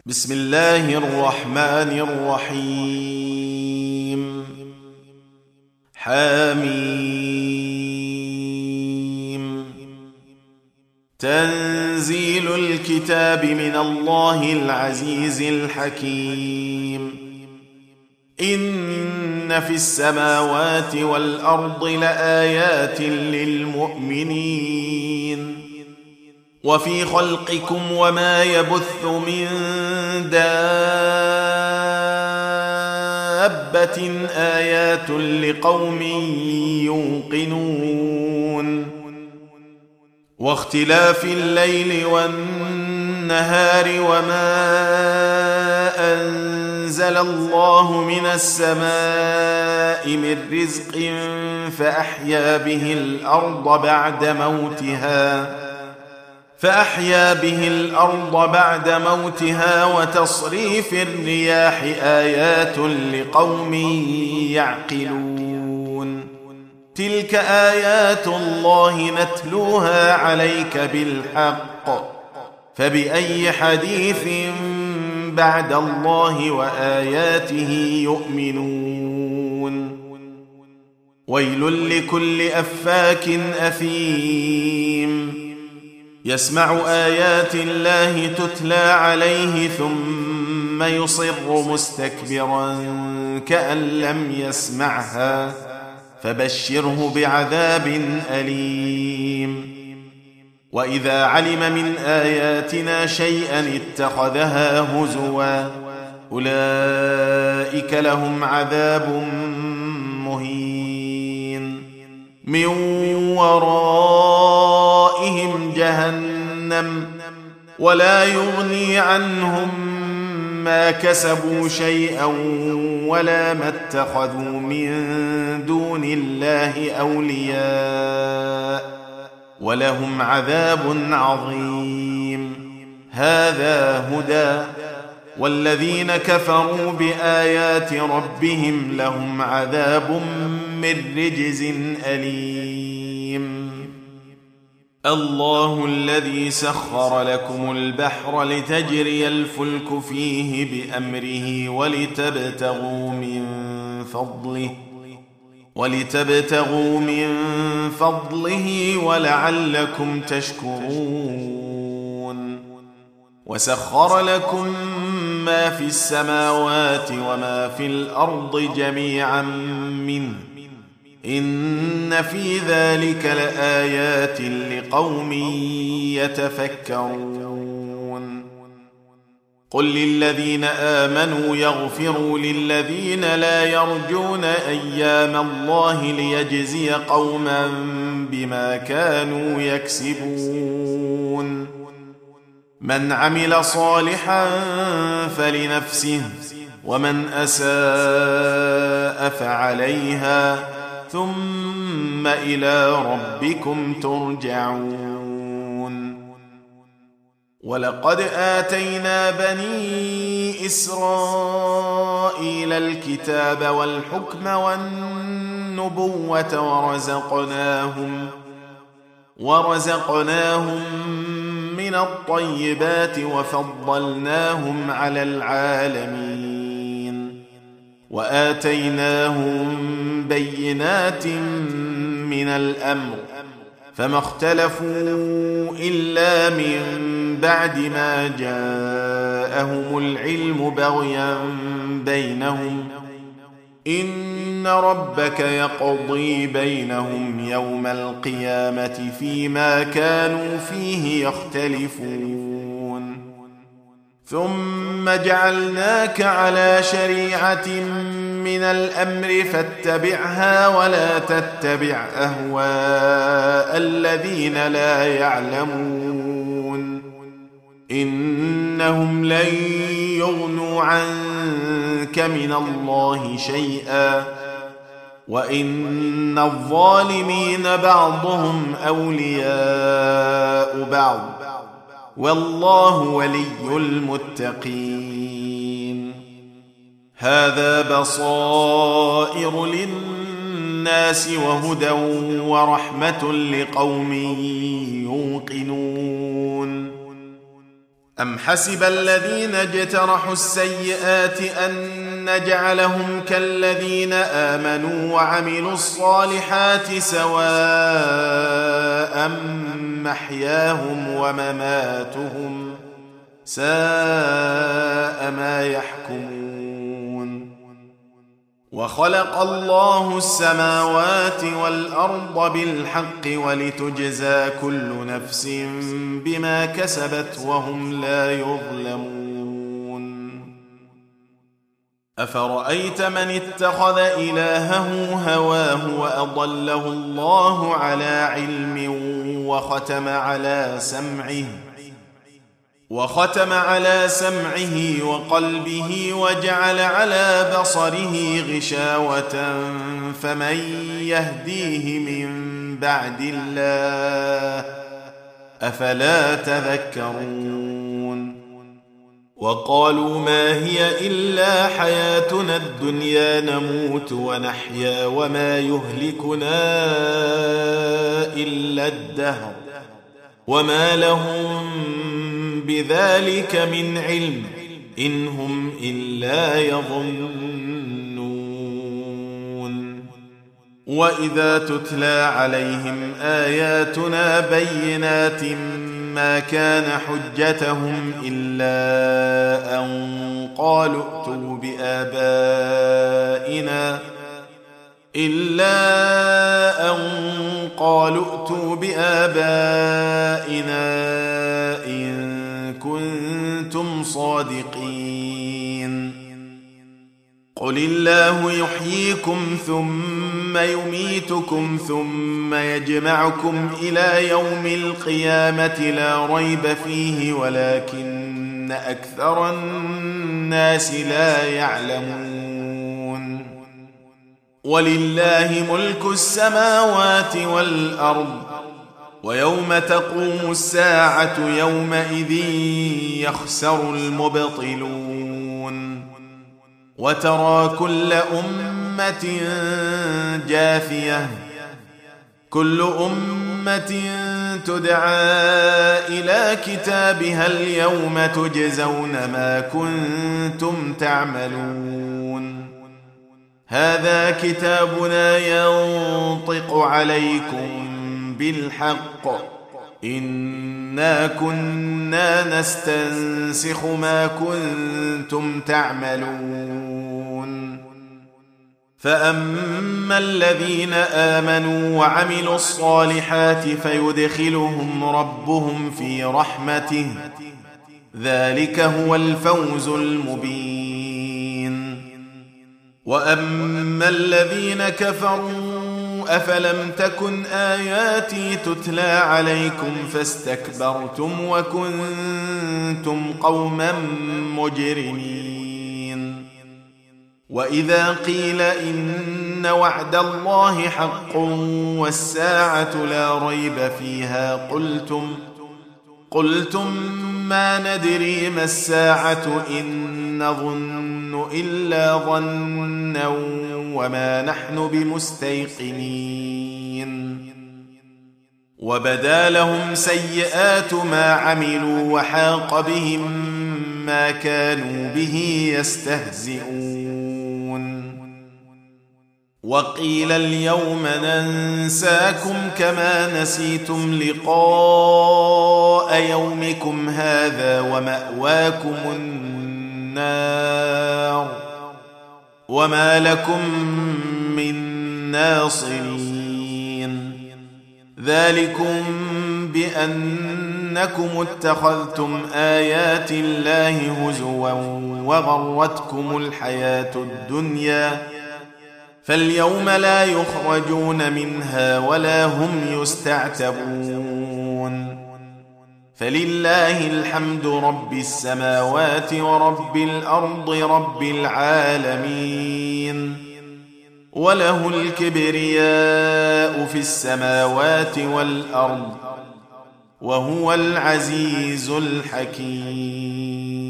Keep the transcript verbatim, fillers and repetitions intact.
بسم الله الرحمن الرحيم. حميم. تنزيل الكتاب من الله العزيز الحكيم. إن في السماوات والأرض لآيات للمؤمنين وفي خلقكم وما يبث من دابة آيات لقوم يوقنون واختلاف الليل والنهار وما أنزل الله من السماء من رزق فأحيا به الأرض بعد موتها فأحيا به الأرض بعد موتها وتصريف الرياح آيات لقوم يعقلون تلك آيات الله نتلوها عليك بالحق فبأي حديث بعد الله وآياته يؤمنون ويل لكل أفاك أثيم يسمع آيات الله تتلى عليه ثم يصر مستكبرا كأن لم يسمعها فبشره بعذاب أليم وإذا علم من آياتنا شيئا اتخذها هزوا أولئك لهم عذاب مهين من ورائهم جهنم ولا يغني عنهم ما كسبوا شيئا ولا ما اتخذوا من دون الله أولياء ولهم عذاب عظيم هذا هدى والذين كفروا بآيات ربهم لهم عذاب من رجز أليم الله الذي سخر لكم البحر لتجري الفلك فيه بأمره ولتبتغوا من فضله ولتبتغوا من فضله ولعلكم تشكرون وسخر لكم ما في السماوات وما في الأرض جميعا منه إن في ذلك لآيات لقوم يتفكرون قل للذين آمنوا يغفروا للذين لا يرجون أيام الله ليجزي قوما بما كانوا يكسبون من عمل صالحا فلنفسه ومن أساء فعليها ثم إلى ربكم ترجعون ولقد آتينا بني إسرائيل الكتاب والحكم والنبوة ورزقناهم ورزقناهم من الطيبات وفضلناهم على العالمين وآتيناهم بينات من الأمر فما اختلفوا إلا من بعد ما جاءهم العلم بغيا بينهم إن ربك يقضي بينهم يوم القيامة فيما كانوا فيه يختلفون ثم جعلناك على شريعة من الأمر فاتبعها ولا تتبع أهواء الذين لا يعلمون إنهم لن يغنوا عنك من الله شيئا وإن الظالمين بعضهم أولياء بعض والله ولي المتقين هذا بصائر للناس وهدى ورحمة لقوم يوقنون أم حسب الذين اجترحوا السيئات أن نجعلهم كالذين آمنوا وعملوا الصالحات سواء محياهم ومماتهم ساء ما يحكمون. وخلق الله السماوات والأرض بالحق ولتجزى كل نفس بما كسبت وهم لا يظلمون. أفرأيت من اتخذ إلهه هواه وأضله الله على علم وختم على سمعه وختم على سمعه وقلبه وجعل على بصره غشاوة فمن يهديه من بعد الله أفلا تذكرون. وقالوا ما هي إلا حياتنا الدنيا نموت ونحيا وما يهلكنا إلا الدهر وما لهم بذلك من علم إن هم إلا يظنون. وإذا تتلى عليهم آياتنا بينات ما كان حجتهم إلا أن قالوا ائتوا بآبائنا إلا أن قالوا ائتوا بآبائنا إن كنتم صادقين. قل الله يحييكم ثم يميتكم ثم يجمعكم إلى يوم القيامة لا ريب فيه ولكن أكثر الناس لا يعلمون. ولله ملك السماوات والأرض ويوم تقوم الساعة يومئذ يخسر المبطلون. وترى كل أمة جاثية كل أمة تدعى إلى كتابها اليوم تجزون ما كنتم تعملون. هذا كتابنا ينطق عليكم بالحق إنا كنا نستنسخ ما كنتم تعملون. فأما الذين آمنوا وعملوا الصالحات فيدخلهم ربهم في رحمته ذلك هو الفوز المبين. وأما الذين كفروا أفلم تكن آياتي تتلى عليكم فاستكبرتم وكنتم قوما مجرمين. وإذا قيل إن وعد الله حق والساعة لا ريب فيها قلتم قلتم ما ندري ما الساعة إن نظن إلا ظنا وما نحن بمستيقنين. وبدا لهم سيئات ما عملوا وحاق بهم ما كانوا به يستهزئون. وقيل اليوم ننساكم كما نسيتم لقاء يومكم هذا ومأواكم النار وما لكم من ناصرين. ذلكم بأنكم اتخذتم آيات الله هزوا وغرتكم الحياة الدنيا فاليوم لا يخرجون منها ولا هم يستعتبون. فلله الحمد رب السماوات ورب الأرض رب العالمين وله الكبرياء في السماوات والأرض وهو العزيز الحكيم.